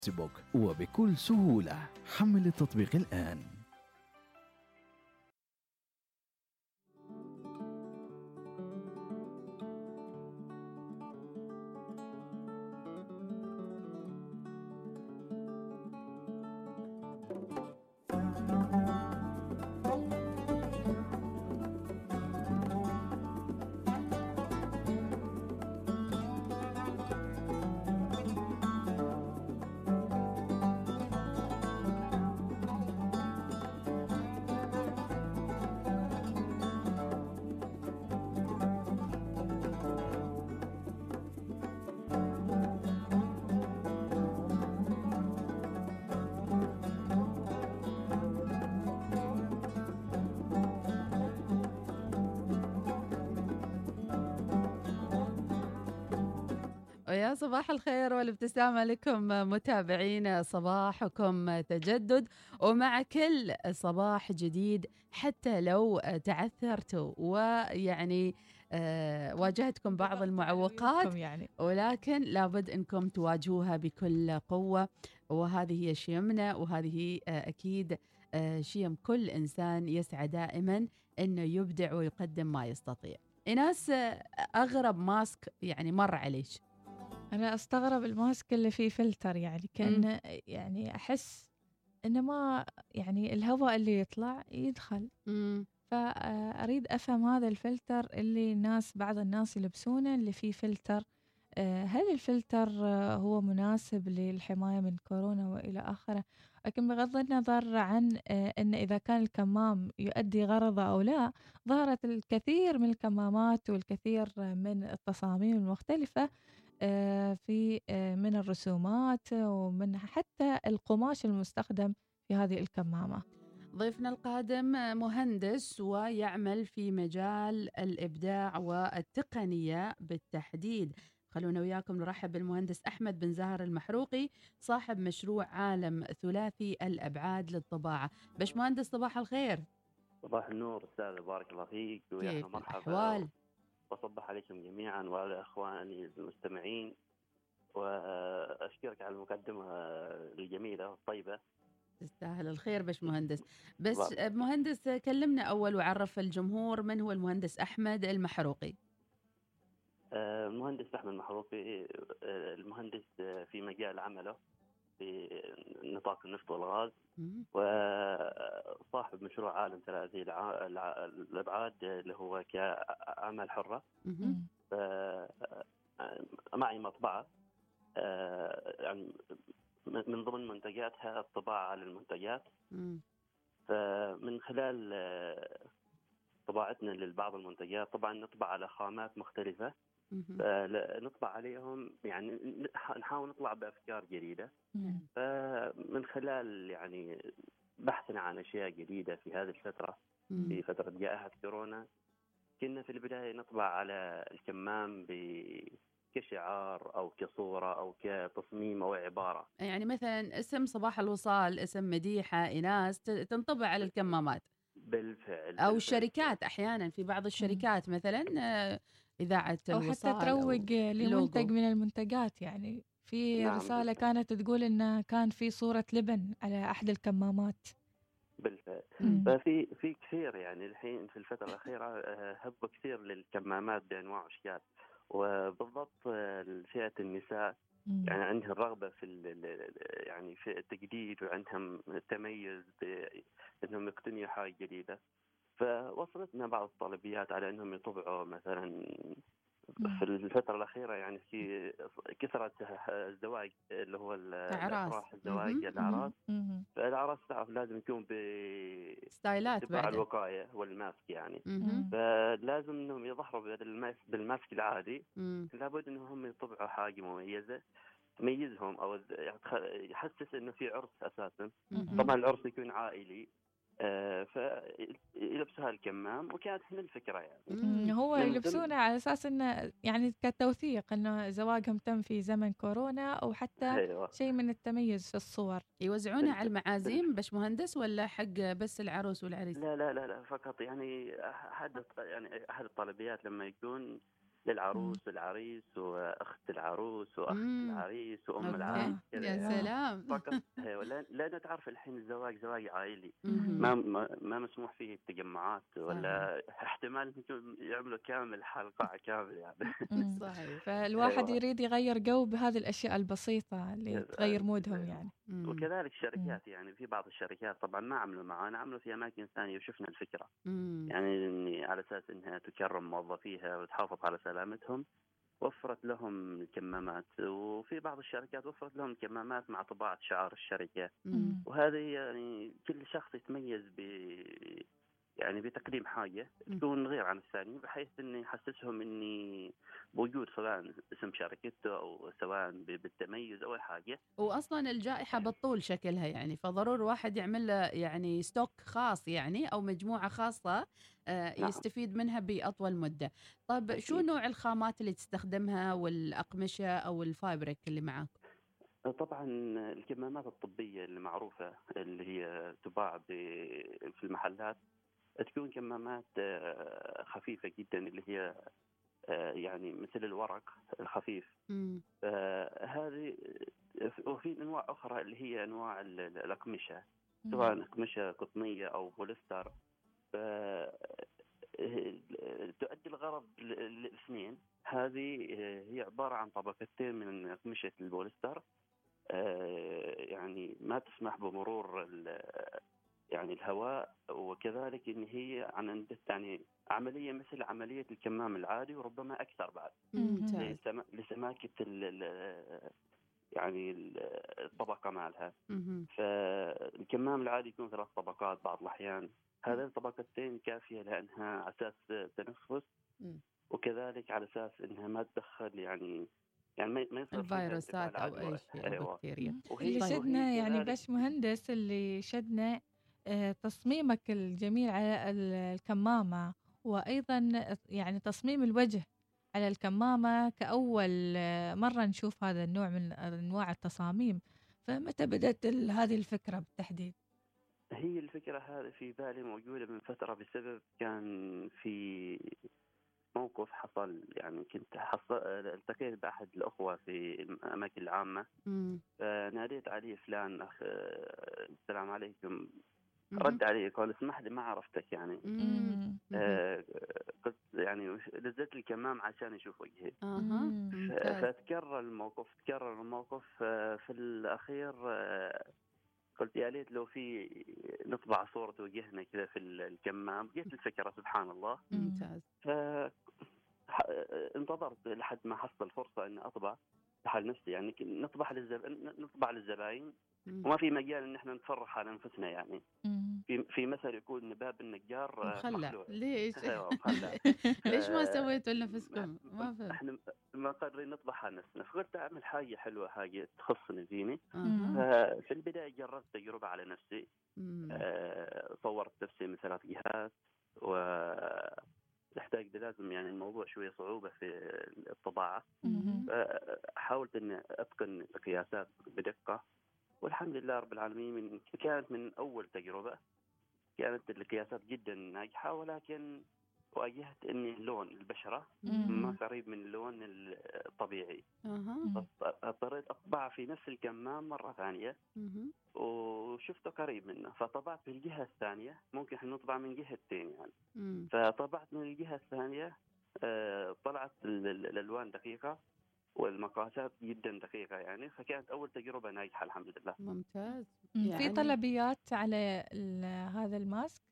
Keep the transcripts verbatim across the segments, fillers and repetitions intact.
فيسبوك وبكل سهولة. حمل التطبيق الآن. ويا صباح الخير والابتسامة لكم متابعين صباحكم تجدد، ومع كل صباح جديد حتى لو تعثرتوا ويعني آه واجهتكم بعض المعوقات يعني. ولكن لابد أنكم تواجهوها بكل قوة، وهذه هي شيمنا، وهذه آه أكيد آه شيم كل إنسان يسعى دائما أنه يبدع ويقدم ما يستطيع. إيناس، آه، أغرب ماسك يعني مر عليك؟ أنا أستغرب الماسك اللي فيه فلتر، يعني كأنه يعني أحس إنه ما يعني الهواء اللي يطلع يدخل. مم. فأريد أفهم هذا الفلتر اللي الناس بعض الناس يلبسونه اللي فيه فلتر، آه، هل الفلتر آه، هو مناسب للحماية من كورونا وإلى آخره؟ لكن بغض النظر عن آه، أن إذا كان الكمام يؤدي غرضه أو لا، ظهرت الكثير من الكمامات والكثير من التصاميم المختلفة آه، في آه، من الرسومات ومن حتى القماش المستخدم في هذه الكمامة. ضيفنا القادم مهندس ويعمل في مجال الإبداع والتقنية بالتحديد. خلونا وياكم نرحب بالمهندس أحمد بن زاهر المحروقي، صاحب مشروع عالم ثلاثي الأبعاد للطباعة. باش مهندس، صباح الخير. صباح النور أستاذ، بارك الله فيك ويا كيف أهلا مرحبا، الأحوال؟ وصبح عليكم جميعا وعلى إخواني المستمعين، وأشكرك على المقدمة الجميلة والطيبة. تستاهل الخير باش مهندس. بس الله. مهندس، كلمنا أول وعرف الجمهور من هو المهندس أحمد المحروقي. آه، المهندس أحمد المحروقي، آه، المهندس آه، في مجال عمله في نطاق النفط والغاز، مم. وصاحب مشروع عالم ثلاثي الع- الع- الأبعاد اللي هو كأعمال حرة. مم. ف- آه، معي مطبعة، آه، يعني من ضمن منتجاتها الطباعة على المنتجات. مم. فمن خلال آه، طباعتنا لبعض المنتجات طبعا نطبع على خامات مختلفة، مم. نطبع عليهم، يعني نح- نحاول نطلع بأفكار جديدة. مم. فمن خلال يعني بحثنا عن أشياء جديدة في هذه الفترة، مم. في فترة جائحة كورونا، كنا في البداية نطبع على الكمام ب كشعار أو كصورة أو كتصميم أو عبارة. يعني مثلا اسم صباح الوصال، اسم مديحة، إيناس، ت- تنطبع على الكمامات. بالفعل أو بالفعل. الشركات، أحيانا في بعض الشركات مثلا آه، إذاعة أو حتى الوصال تروج أو لمنتج لوجو. من المنتجات، يعني في نعم رسالة بالفعل. كانت تقول إنه كان في صورة لبن على أحد الكمامات. بالفعل. مم. ففي في كثير، يعني الحين في الفترة الأخيرة آه، هب كثير للكمامات بأنواع وأشكال، وبالضبط آه، فئة النساء مم. يعني عندها الرغبة في ال- ال- يعني في التجديد، وعندهم التميز بأنهم يقتنيوا حاجة جديدة. فوصلتنا بعض الطلبيات على أنهم يطبعوا مثلا مم. في الفترة الأخيرة، يعني في كثرة الزواج اللي هو ال- أعراس. الأفراح، الزواج، مهم. الأعراس. مم. فالأعراس تعرف لازم يكون ستايلات باتباع بعده. الوقاية والماسك يعني. مهم. فلازم انهم يظهروا بالماسك, بالماسك العادي. مم. لابد انهم هم يطبعوا حاجة مميزة تميزهم، او يحسس انه في عرس اساسا. مهم. طبعا العرس يكون عائلي، آه، فيلبسها الكمام، وكانت من الفكرة يعني. مم. هو من يلبسونه على أساس إنه يعني كتوثيق إنه زواجهم تم في زمن كورونا، أو حتى ايوه شيء من التميز في الصور. يوزعونها على بالف- المعازيم بالف- باش مهندس، ولا حق بس العروس والعريس؟ لا لا لا لا فقط يعني احد يعني احد الطلبيات لما يكون للعروس العريس واخت العروس واخت مم. العريس وام الله، العريس كذا يا يعني. سلام. فقط أيوة، لان لأن تعرف الحين الزواج زواج عائلي، مهم. ما ما, ما مسموح فيه التجمعات صحيح. ولا احتمال إنهم يعملوا كامل حلقة كامل يعني. مم. صحيح. فالواحد أيوة. يريد يغير جو بهذه الأشياء البسيطة اللي تغير مودهم يعني. مم. وكذلك الشركات يعني في بعض الشركات طبعا ما عملوا معانا، عملوا في اماكن ثانيه وشفنا الفكره مم. يعني إني على اساس انها تكرم موظفيها وتحافظ على سلامتهم وفرت لهم الكمامات، وفي بعض الشركات وفرت لهم كمامات مع طباعه شعار الشركه. مم. وهذه يعني كل شخص يتميز ب يعني بتقديم حاجة تكون غير عن الثاني، بحيث اني يحسسهم اني بوجود سواء اسم شركته او سواء بالتميز او اي حاجة. واصلا الجائحه بتطول شكلها يعني، فضروري واحد يعمل له يعني ستوك خاص يعني او مجموعه خاصه آه، نعم. يستفيد منها باطول مده. طيب شو أكيد. نوع الخامات اللي تستخدمها والاقمشه او الفايبرك اللي معاك؟ طبعا الكمامات الطبية اللي معروفة اللي هي تباع ب- في المحلات تكون كمامات آه، خفيفة جدا، اللي هي آه، يعني مثل الورق الخفيف. مم. آه، هذه وفي انواع اخرى اللي هي انواع ال- ال- الاقمشه، مم. سواء اقمشه قطنيه او بوليستر. ف- تؤدي الغرض ال- ال- الاثنين. هذه آه، هي عباره عن طبقتين من اقمشه البوليستر، آه، يعني ما تسمح بمرور ال- يعني الهواء، وكذلك ان هي عن يعني عمليه مثل عمليه الكمام العادي وربما اكثر بعد ممتاز. لسما- لسماكه ال- ال- يعني ال- الطبقه مالها. مهم. فالكمام العادي يكون ثلاث طبقات بعض الاحيان، هذين الطبقتين كافيه لانها على اساس تنفس، مم. وكذلك على اساس انها ما تدخل يعني يعني ما ما يصير فيها ارتفاع الفيروسات او العدوى. اي شيء او ايوه. بكتيريا. مم. وهي اللي طيب. وهي شدنا يعني كذلك باش مهندس اللي شدنا آه، تصميمك الجميل على ال- الكمامة، وأيضا يعني تصميم الوجه على الكمامة كأول آه، مرة نشوف هذا النوع من أنواع التصاميم. فمتى بدأت ال- هذه الفكرة بالتحديد؟ هي الفكرة هذه في بالي موجودة من فترة، بسبب كان في موقف حصل يعني كنت حصل التقيت بأحد الأخوة في الأماكن العامة، مم. فناديت عليه فلان أخ السلام عليكم، مهم. رد علي قال اسمح لي ما عرفتك يعني. مم. مم. مهم. آه، قلت يعني وش- لزت الكمام عشان يشوف وجهي. اها مم. ف- ممتاز. فتكرر الموقف تكرر الموقف آه، في الأخير آه، قلت يا ليت لو في نطبع صورة وجهنا كذا في الكمام. جت الفكرة سبحان الله. ممتاز. ف ح- انتظرت لحد ما حصل فرصة اني اطبع لحال نفسي، يعني نطبع للزب... نطبع للزباين، مم. وما في مجال ان احنا نتفرح على انفسنا يعني. مم. في في مثل يقول ان باب النجار آه، مخلع مخلوع. ليش؟ ايوه مخلع. ليش ما ف- سويتوا لنفسكم؟ ما فهمت. احنا ما قادرين نطبع على نفسنا، فقلت اعمل حاجة حلوة، حاجة تخصني فيني. اها. ففي البداية جربت تجربة على نفسي، مم. آه، صورت نفسي من ثلاث جهات، و تحتاج لازم يعني الموضوع شوية صعوبة في الطباعة. مم. حاولت أن أتقن القياسات بدقة، والحمد لله رب العالمين من كانت من أول تجربة كانت القياسات جدا ناجحة، ولكن واجهت أني اللون البشرة مم. ما قريب من اللون الطبيعي، اها. مم. اضطريت أطبع في نفس الكمام مرة ثانية مهم. وشفته قريب منه، فطبعت في الجهة الثانية، ممكن احنا نطبع من جهتين يعني. مم. فطبعت من الجهة الثانية آه، طلعت ال- ال- الألوان دقيقة والمقاسات جدا دقيقة يعني، فكانت أول تجربة ناجحة الحمد لله. ممتاز. مم. في يعني طلبيات على ال- هذا الماسك؟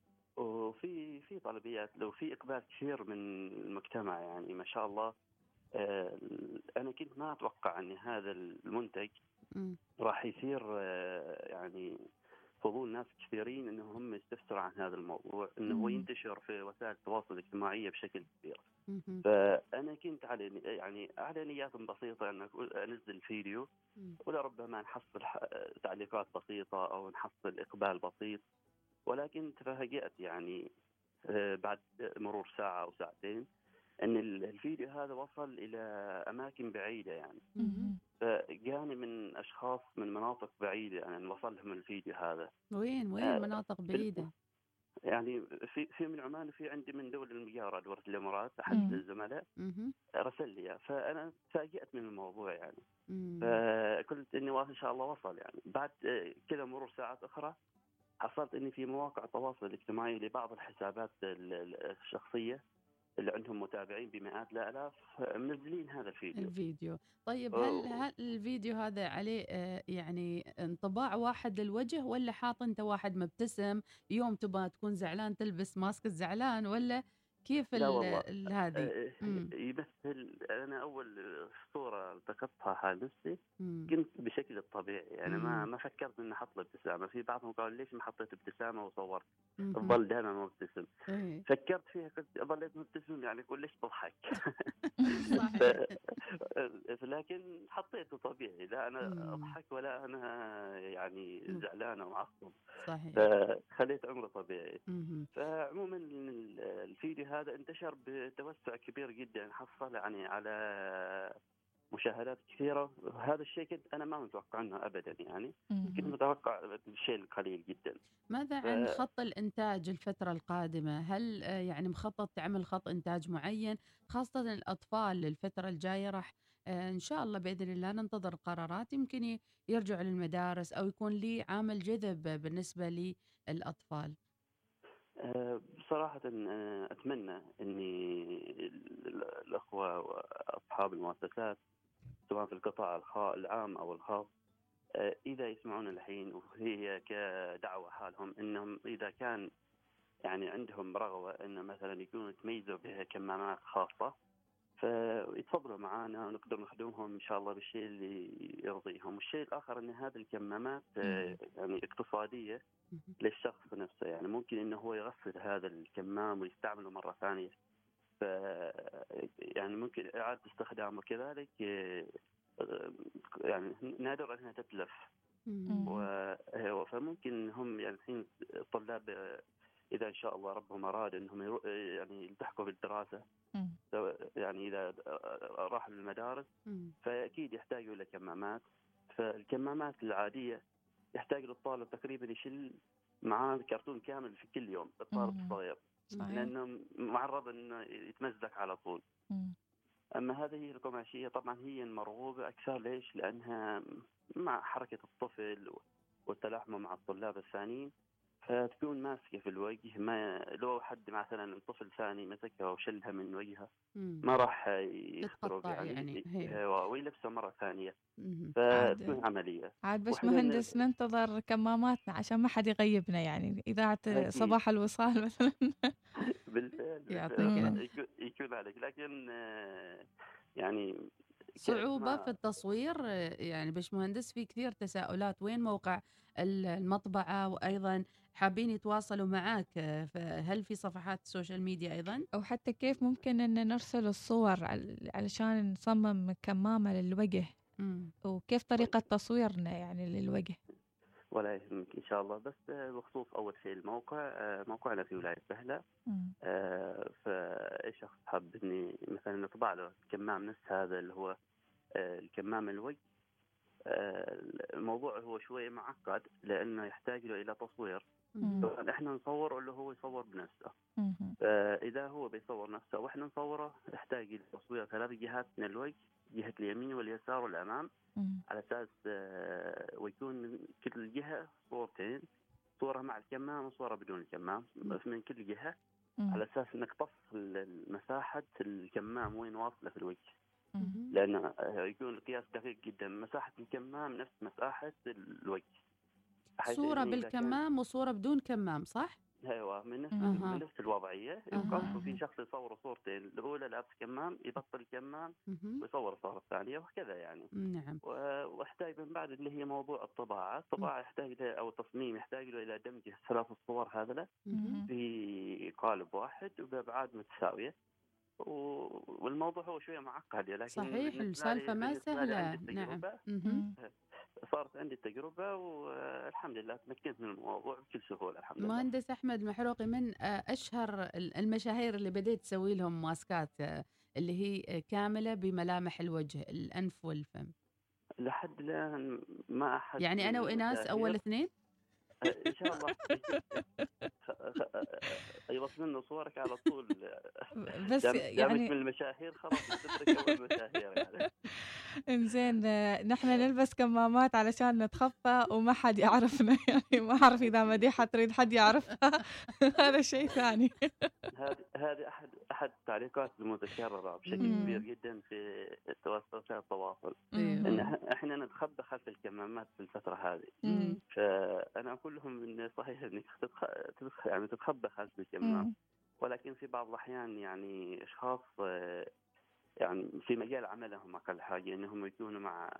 وفي في طلبيات، لو في إقبال كثير من المجتمع يعني ما شاء الله. آه، أنا كنت ما أتوقع أن هذا المنتج مم. راح يصير آه، يعني فضول ناس كثيرين انهم هم يستفسروا عن هذا الموضوع، انه هو مم. ينتشر في وسائل التواصل الاجتماعي بشكل كبير. مهم. فانا كنت على يعني على نيات بسيطه ان أقول- انزل فيديو، مم. ولربما نحصل ح- تعليقات بسيطه او نحصل اقبال بسيط، ولكن تفاجأت يعني آه، بعد مرور ساعه او ساعتين ان ال- الفيديو هذا وصل الى اماكن بعيده يعني. مهم. فجاني من اشخاص من مناطق بعيده يعني وصل لهم الفيديو هذا. وين وين آه، مناطق في ال- بعيدة؟ يعني في في من عمان وفي عندي من دول المجاورة دولة الإمارات أحد مم. الزملاء مهم. رسل لي، فأنا تفاجأت من الموضوع يعني. مم. فقلت إني واثق إن شاء الله وصل يعني. بعد آه، كذا مرور ساعات أخرى حصلت إني في مواقع التواصل الاجتماعي لبعض الحسابات ال- ال- الشخصية اللي عندهم متابعين بمئات الآلاف منزلين هذا الفيديو. الفيديو. طيب هل أوه. هل الفيديو هذا عليه آه، يعني انطباع واحد للوجه، ولا حاط انت واحد مبتسم يوم تبغى تكون زعلان تلبس ماسك الزعلان، ولا كيف لا ال- والله ال- هذه؟ آه، امم يمثل. أنا أول صورة التقطتها حال نفسي امم كنت بشكل الطبيعي يعني، ما مم. ما فكرت اني احط له ابتسامه. في بعضهم قال ليش ما حطيت ابتسامه وصورت؟ مهم. تظل دائما مبتسم. ايه فكرت فيها قلت ظليت مبتسم يعني اقول ليش بضحك؟ صحيح. ف- لكن حطيته طبيعي، لا انا مم. اضحك ولا انا يعني مم. زعلان او معصب، صحيح. فخليت عمره طبيعي. مهم. فعموما ال- الفيديو هذا انتشر بتوسع كبير جدا، حصل يعني على مشاهدات كثيرة. هذا الشيء كنت أنا ما متوقع عنه أبدا يعني، كنت مهم. متوقع الشيء القليل جدا. ماذا ف- عن خط الإنتاج الفترة القادمة؟ هل آه، يعني مخطط تعمل خط إنتاج معين، خاصة الأطفال للفترة الجاية؟ راح آه، إن شاء الله بإذن الله ننتظر قرارات، يمكن ي- يرجعوا للمدارس أو يكون لي عامل جذب بالنسبة للأطفال. آه، بصراحة آه، أتمنى أني ال- الأخوة وأصحاب المؤسسات سواء في القطاع الخا- العام أو الخاص، آه، إذا يسمعون الحين وهي كدعوة حالهم أنهم إذا كان يعني عندهم رغبة أن مثلا يكونوا يتميزوا بكمامات خاصة، فيتفضلوا معنا ونقدر نخدمهم إن شاء الله بالشيء اللي يرضيهم. والشيء الآخر أن هذه الكمامات آه، يعني اقتصادية مهم. للشخص نفسه، يعني ممكن أنه هو يغسل هذا الكمام ويستعمله مرة ثانية، ف يعني ممكن إعادة استخدامه كذلك. آه، آه، يعني نادر أنها تتلف. مم. و- فممكن هم يعني الحين الطلاب آه، إذا إن شاء الله ربهم أراد أنهم يرو- يعني يلتحقوا بالدراسة، مم. سواء يعني إذا راحوا للمدارس مم. فأكيد يحتاجوا إلى كمامات. فالكمامات العادية يحتاج للطالب تقريبا يشيل معاه كرتون كامل في كل يوم، الطالب مم. الصغير، صحيح. لأنه معرض أنه يتمزق على طول. مم. أما هذه القماشية طبعا هي المرغوبة أكثر. ليش؟ لأنها مع حركة الطفل والتلاحم مع الطلاب الثانيين، فتكون ماسكة في الوجه. ما لو حد مثلا طفل ثاني مسكها وشلها من وجهها مم. ما راح يخطروا تتقطع يعني هي. يعني ويلبسها مرة ثانية، مهم. فتكون عاد عملية. عاد بس وإحنا مهندس ننتظر كماماتنا عشان ما حد يغيبنا، يعني إذاعة أكيد صباح الوصال مثلا. بالفعل يعطيك بالفعل مم. يكون يكون عليك، لكن آه، يعني كيف صعوبة في ما التصوير آه، يعني باشمهندس، في كثير تساؤلات، وين موقع ال- المطبعة، وأيضا حابين يتواصلوا معك، آه، فهل في صفحات السوشيال ميديا أيضا؟ أو حتى كيف ممكن إن نرسل الصور عل- علشان نصمم كمامة للوجه، مم. وكيف طريقة تصويرنا يعني للوجه. ولا يهمك إن شاء الله. بس آه، بخصوص أول شيء الموقع، آه، موقعنا في ولاية بهلة. مم. آه، فأي شخص حاب إني مثلا نطبع له كمام نفس هذا اللي هو آه، الكمام الوجه، آه، الموضوع هو شوي معقد لأنه يحتاج له إلى تصوير. مم. سواء إحنا نصور ولا هو يصور بنفسه. مم. فإذا هو بيصور نفسه وإحنا نصوره يحتاج إلى تصوير ثلاث جهات من الوجه، جهة اليمين واليسار والأمام، مم. على أساس آه، ويكون من كل جهة صورتين، صورة مع الكمام وصورة بدون الكمام من كل جهة، مم. على أساس إنك تفصل مساحة الكمام وين واصلة في الوجه، مم. لأنه آه، يكون القياس دقيق جدا. مساحة الكمام نفس مساحة الوجه، بحيث صورة إني إذا كان بالكمام وصورة بدون كمام، صح؟ ايوه من نفس مم. من أها نفس الوضعيه أها يقاس. وفي شخص يصور صورتين، الاولى لابس كمام يبطل كمام مهم. ويصور الصوره الثانيه وهكذا يعني. نعم. و- واحتاج من بعد اللي هي موضوع الطباعه. الطباعه يحتاج له او التصميم يحتاج له الى دمج ثلاث الصور هذا مهم. في قالب واحد وبابعاد متساويه. و- والموضوع هو شويه معقد، لكن صحيح، بالنسبه لي السالفة ما بالنسبه لي عندي سهلة. نعم. التجربه، مهم. مم. صارت عندي التجربه والحمد لله تمكنت من الموضوع بكل سهوله الحمد لله. مهندس أحمد محروقي، من آه، أشهر ال- المشاهير اللي بديت تسوي لهم ماسكات آه، اللي هي آه، كاملة بملامح الوجه، الأنف والفم؟ لحد الآن ما أحد يعني من أنا وإناس أول المشاهير. اثنين. ان شاء الله يوصل لنا صورك على طول. بس دام دامك يعني من المشاهير خلاص بتدرك اول المشاهير يعني. انزين، آه، نحن نلبس كمامات علشان نتخفى وما حد يعرفنا. يعني ما أعرف إذا مديحة تريد حد يعرفها. هذا شيء ثاني. هذه هذه احد احد التعليقات المتكرره بشكل مم. كبير جدا في وسائل التواصل، مم. ان إح- احنا نتخبى خلف الكمامات في الفتره هذه. مم. فانا اقول لهم ان صحيح انك تتخ... تتخ... يعني تتخبى خلف الكمام، مم. ولكن في بعض الاحيان يعني اشخاص آه، يعني في مجال عملهم اقل حاجه انهم يكونوا مع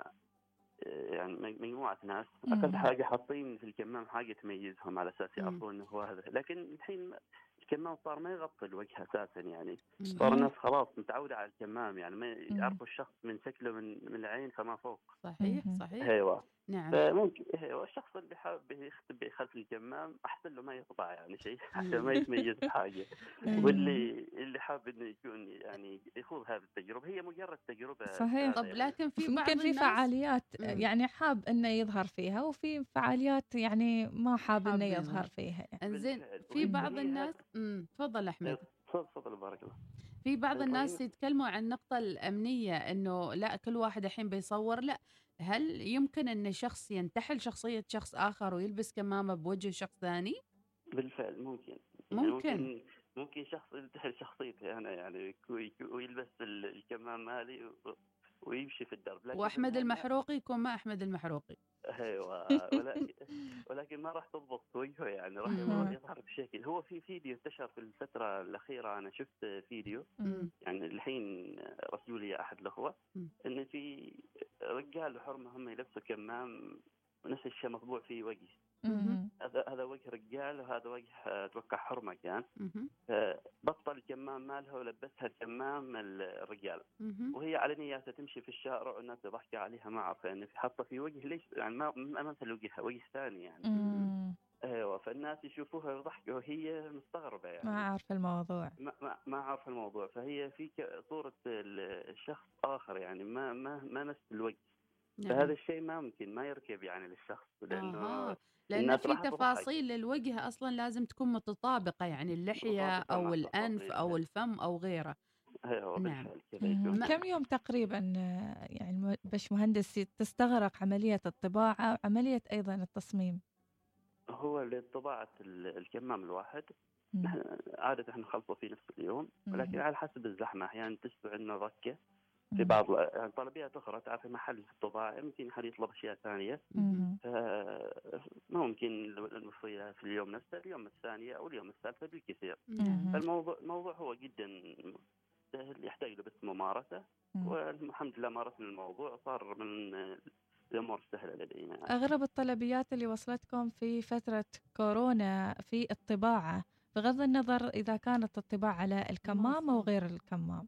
آه، يعني مجموعه ناس اقل مم. حاجه حاطين في الكمام حاجه تميزهم على اساس مم. يعرفون انه هو هذا. لكن الحين الكمام صار ما يغطي الوجه اساسا، يعني مم. صار صحيح. الناس خلاص متعوده على الكمام، يعني ما مم. يعرفوا الشخص من شكله من من العين فما فوق. صحيح مم. صحيح. ايوه. نعم. فممكن ايوه الشخص اللي حابب يختبئ خلف الكمام احسن له ما يطبع يعني شيء حتى ما يتميز بحاجه. مم. واللي اللي حاب انه يكون يعني يخوض هذه التجربه، هي مجرد تجربه صحيح. طب يعني. لكن في بعض يمكن في الناس فعاليات مم. يعني حاب انه يظهر فيها، وفي فعاليات يعني ما حاب انه حاب يظهر يظهر. فيها. انزين بالفعل. في وهي- بعض وهي الناس هذا- امم تفضل احمد. تفضل تفضل بارك الله. في بعض طيب، الناس وهي- يتكلموا عن النقطة الأمنية، إنه لا كل واحد الحين بيصور، لا هل يمكن أن شخص ينتحل شخصية شخص آخر ويلبس كمامة بوجه شخص ثاني؟ بالفعل ممكن يعني ممكن. ممكن ممكن شخص ينتحل شخصيته انا يعني وي- ويلبس ال- الكمام مالي و- ويمشي في الدرب، لكن في وأحمد النهاية ما- المحروقي يكون ما أحمد المحروقي. ايوه. ولكن ولكن ما راح تضبط وجهه، يعني راح مم. يظهر بشكل. هو في فيديو انتشر في الفتره الاخيره، انا شفت فيديو مم. يعني الحين رسلوا لي احد الاخوه مم. ان في رجال وحرمه هم يلبسوا كمام نفس الشيء مطبوع فيه وجه. مم. هذا هذا وجه رجال وهذا وجه اتوقع حرمه كان. مهم. بطل الكمام مالها ولبسها الكمام الرجال، مهم. وهي على نياتها تمشي في الشارع والناس يضحكوا عليها، ما اعرف يعني حاطه في وجه ليش يعني ما ما مثل وجهها وجه ثاني يعني. مم. ايوه. فالناس يشوفوها يضحكوا وهي مستغربه يعني ما أعرف الموضوع. ما ما ما عارف الموضوع. فهي في ك- صوره ال- الشخص اخر يعني ما ما ما نفس الوجه. نعم. فهذا الشيء ما ممكن ما يركب يعني للشخص، لانه آه. لأن الناس في راح تضحك. تفاصيل للوجه أصلا لازم تكون متطابقة، يعني اللحية مطابقة أو مع الأنف التفاصيل. أو الفم أو غيره. ايوه نعم. بالفعل كذا مم. يكون. كم يوم تقريبا آه، يعني الم- باش مهندس تستغرق عملية الطباعة وعملية أيضا التصميم؟ هو لطباعة ال- الكمام الواحد مم. نحن عادة احنا نخلصه في نفس اليوم، ولكن مم. على حسب الزحمة أحيانا تشبع عندنا ضكة في مم. بعض ال- يعني طلبيات أخرى. تعرف محل في الطباعة يمكن محل يطلب أشياء ثانية، مم. فممكن نوصيها في اليوم نفسه، اليوم الثانية أو اليوم الثالث بالكثير. نعم. فالموضوع الموضوع هو جدا سهل، يحتاج له بس ممارسة، مم. والحمد لله مارسنا الموضوع صار من الأمور السهلة لدينا يعني. أغرب الطلبيات اللي وصلتكم في فترة كورونا في الطباعة، بغض النظر إذا كانت الطباعة على الكمام أو غير الكمام؟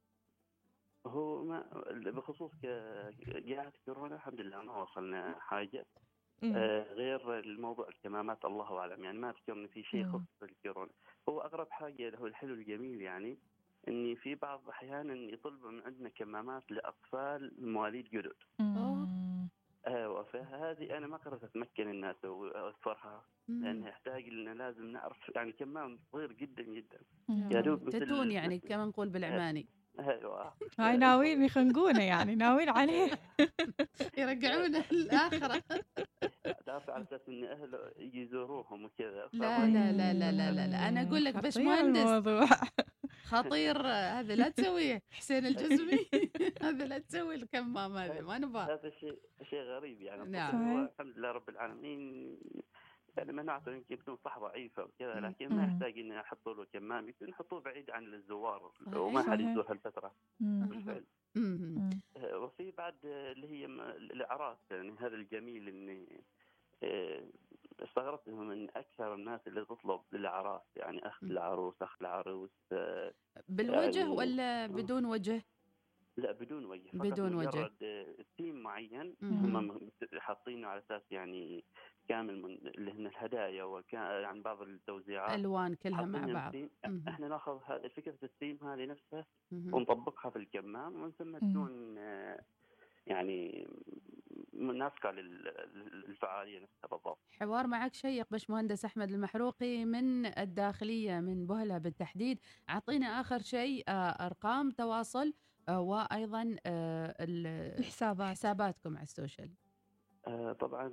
هو ما بخصوص ك- جائحة كورونا الحمد لله ما وصلنا حاجة مم. آه غير الموضوع الكمامات، الله أعلم يعني ما أذكر إن في شيء مم. يخص الكورونا. هو أغرب حاجة هو الحلو الجميل يعني إني في بعض أحيانا يطلبوا من عندنا كمامات لأطفال مواليد جدد. مم. ايوه. فهذه انا ما قدرت اتمكن الناس واوفرها، لانه يحتاج لنا لازم نعرف يعني كمام صغير جدا جدا يا دوب مثل تتون يعني مثل- كما نقول بالعماني. ايوه. هاي ناويين يخنقونه يعني ناويين عليه. يرجعونه الآخرة. تعرف على اساس ان اهله يجي يزوروهم وكذا. لا لا لا لا لا لا, لا. أنا أقول لك باش خطير مهندس الموضوع. خطير هذا، لا تسويه حسين الجزمي. هذا لا تسوي الكمام هذا، ما نبغى. هذا شيء شيء غريب يعني. نعم. طبعاً هو صحيح. الحمد لله رب العالمين يعني مناعته يمكن تكون صح ضعيفه وكذا، مم. لكن ما مم. يحتاج اني احط له كمام، يمكن نحطوه بعيد عن الزوار صحيح. وما حد صحيح. يزور هالفتره. مم. بالفعل. مم. مم. آه، وفي بعد آه، اللي هي م- الاعراس يعني هذا الجميل اني آه، استغربت من اكثر الناس اللي تطلب للاعراس يعني اخت مم. العروس اخ العروس آه، بالوجه يعني ولا بدون وجه؟ لا بدون وجه، فقط بدون وجه. مجرد آه، ثيم معين مم. هم م- حاطينه على اساس يعني كامل من اللي هن الهدايا وكان يعني بعض التوزيعات ألوان كلها مع حاطين بعض. الثيم. مم. احنا ناخذ هذه فكره الثيم هذه نفسها مم. ونطبقها في الكمام، ومن ثم مم. تكون آه، يعني مناسقة لل- للفعالية نفسها بالضبط. حوار معك شيق باشمهندس أحمد المحروقي من الداخلية من بهلة بالتحديد. أعطينا آخر شيء آه، أرقام تواصل آه، وأيضا آه، ال- الحسابات. حساباتكم على السوشيال. آه، طبعا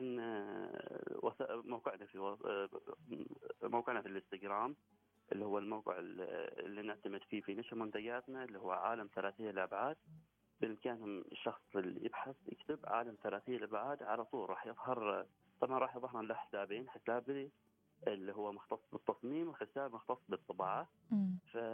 آه، وث- موقعنا في و- آه، موقعنا في الانستغرام اللي هو الموقع اللي نعتمد فيه في نشر منتجاتنا، اللي هو عالم ثلاثية الأبعاد. بإمكانهم الشخص اللي يبحث يكتب عالم ثلاثية الأبعاد، على طول راح يظهر. طبعا راح يظهر له حسابين، حساب اللي هو مختص بالتصميم وحساب مختص بالطباعة. مم.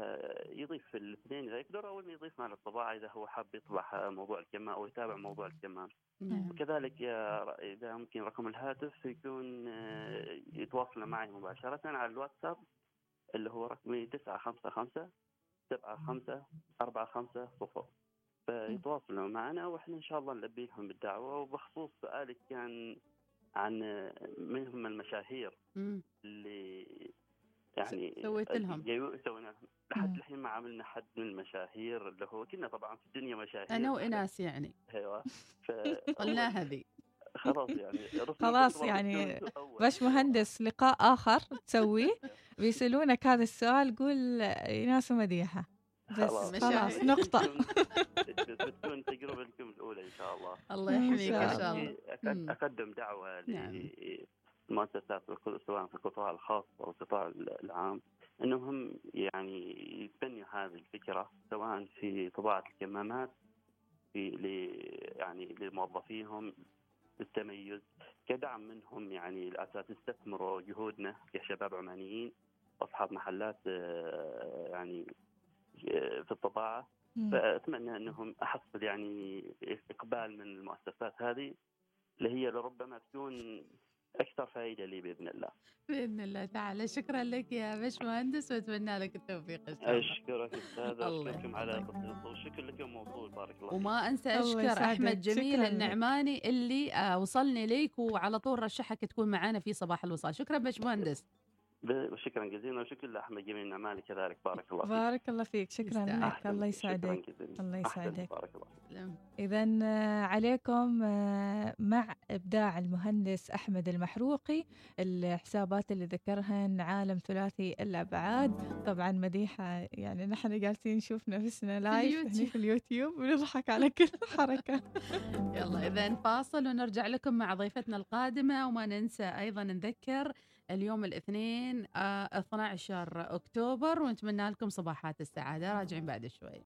فيضيف الاثنين إذا يقدر، أو إنه يضيف مال الطباعة إذا هو حاب يطبع موضوع الكمام أو يتابع موضوع الكمام. نعم. وكذلك يا- إذا ممكن رقم الهاتف يكون آه، يتواصل معي مباشرة على الواتساب اللي هو رقمي تسعة خمسة خمسة سبعة خمسة أربعة خمسة صفر. فيتواصلوا معنا وإحنا إن شاء الله نلبي لهم الدعوة. وبخصوص سؤالك كان عن من هم المشاهير مم. اللي يعني سويت لهم. جايو- سوينا لهم. لحد مم. الحين ما عملنا حد من المشاهير، اللي هو كنا طبعا في الدنيا مشاهير أنا وإناس يعني ايوه. ف قلنا هذه. خلاص يعني رسم خلاص الخطوة يعني بتكون أول. باش مهندس لقاء آخر تسويه بيسألونك هذا السؤال قول ناس مديحة بس خلاص. خلاص مشاهير. نقطة. بتكون- بتكون تجربة لكم الأولى إن شاء الله. الله إن يحميك شاء إن شاء الله. في- أقد- مم. أقدم دعوة نعم. للمؤسسات سواء في القطاع الخاص أو القطاع العام، أنهم يعني يتبنوا هذه الفكرة سواء في طباعة الكمامات في ل- يعني لموظفيهم بالتميز كدعم منهم، يعني الأساس يستثمروا جهودنا كشباب عمانيين أصحاب محلات آه، يعني آه، في الطباعة. مم. فأتمنى أنهم أحصل يعني إقبال من المؤسسات هذه اللي هي لربما تكون أكثر فائدة لي بإذن الله. بإذن الله تعالى. شكرا لك يا باشمهندس وأتمنى لك التوفيق إن شاء الله. أشكرك أستاذ، الله أشكركم على يحفظك. التصويت والشكر لكم موصول. بارك الله فيك. وما أنسى الله أشكر يسعدك. أحمد جميل شكراً لك. النعماني اللي آه، وصلني ليك وعلى طول رشحك تكون معنا في صباح الوصال. شكرا باشمهندس. وشكرا جزيلا، وشكرا لأحمد جميل النعماني كذلك. بارك الله فيك. بارك الله فيك. شكرا يستاهل. لك. أحسن. الله شكراً يسعدك. جزيلاً. الله أحسن. يسعدك. بارك الله فيك. سلام. إذا عليكم آه، مع إبداع المهندس أحمد المحروقي. الحسابات اللي ذكرهن عالم ثلاثي الأبعاد. طبعا مديحة يعني نحن جالسين نشوف نفسنا لايف اليوتيوب. هني في اليوتيوب ونضحك على كل حركة. يلا إذا فاصل ونرجع لكم مع ضيفتنا القادمة. وما ننسى أيضا نذكر اليوم الاثنين آه، اثنا عشر أكتوبر، ونتمنى لكم صباحات السعادة. راجعين بعد شوي.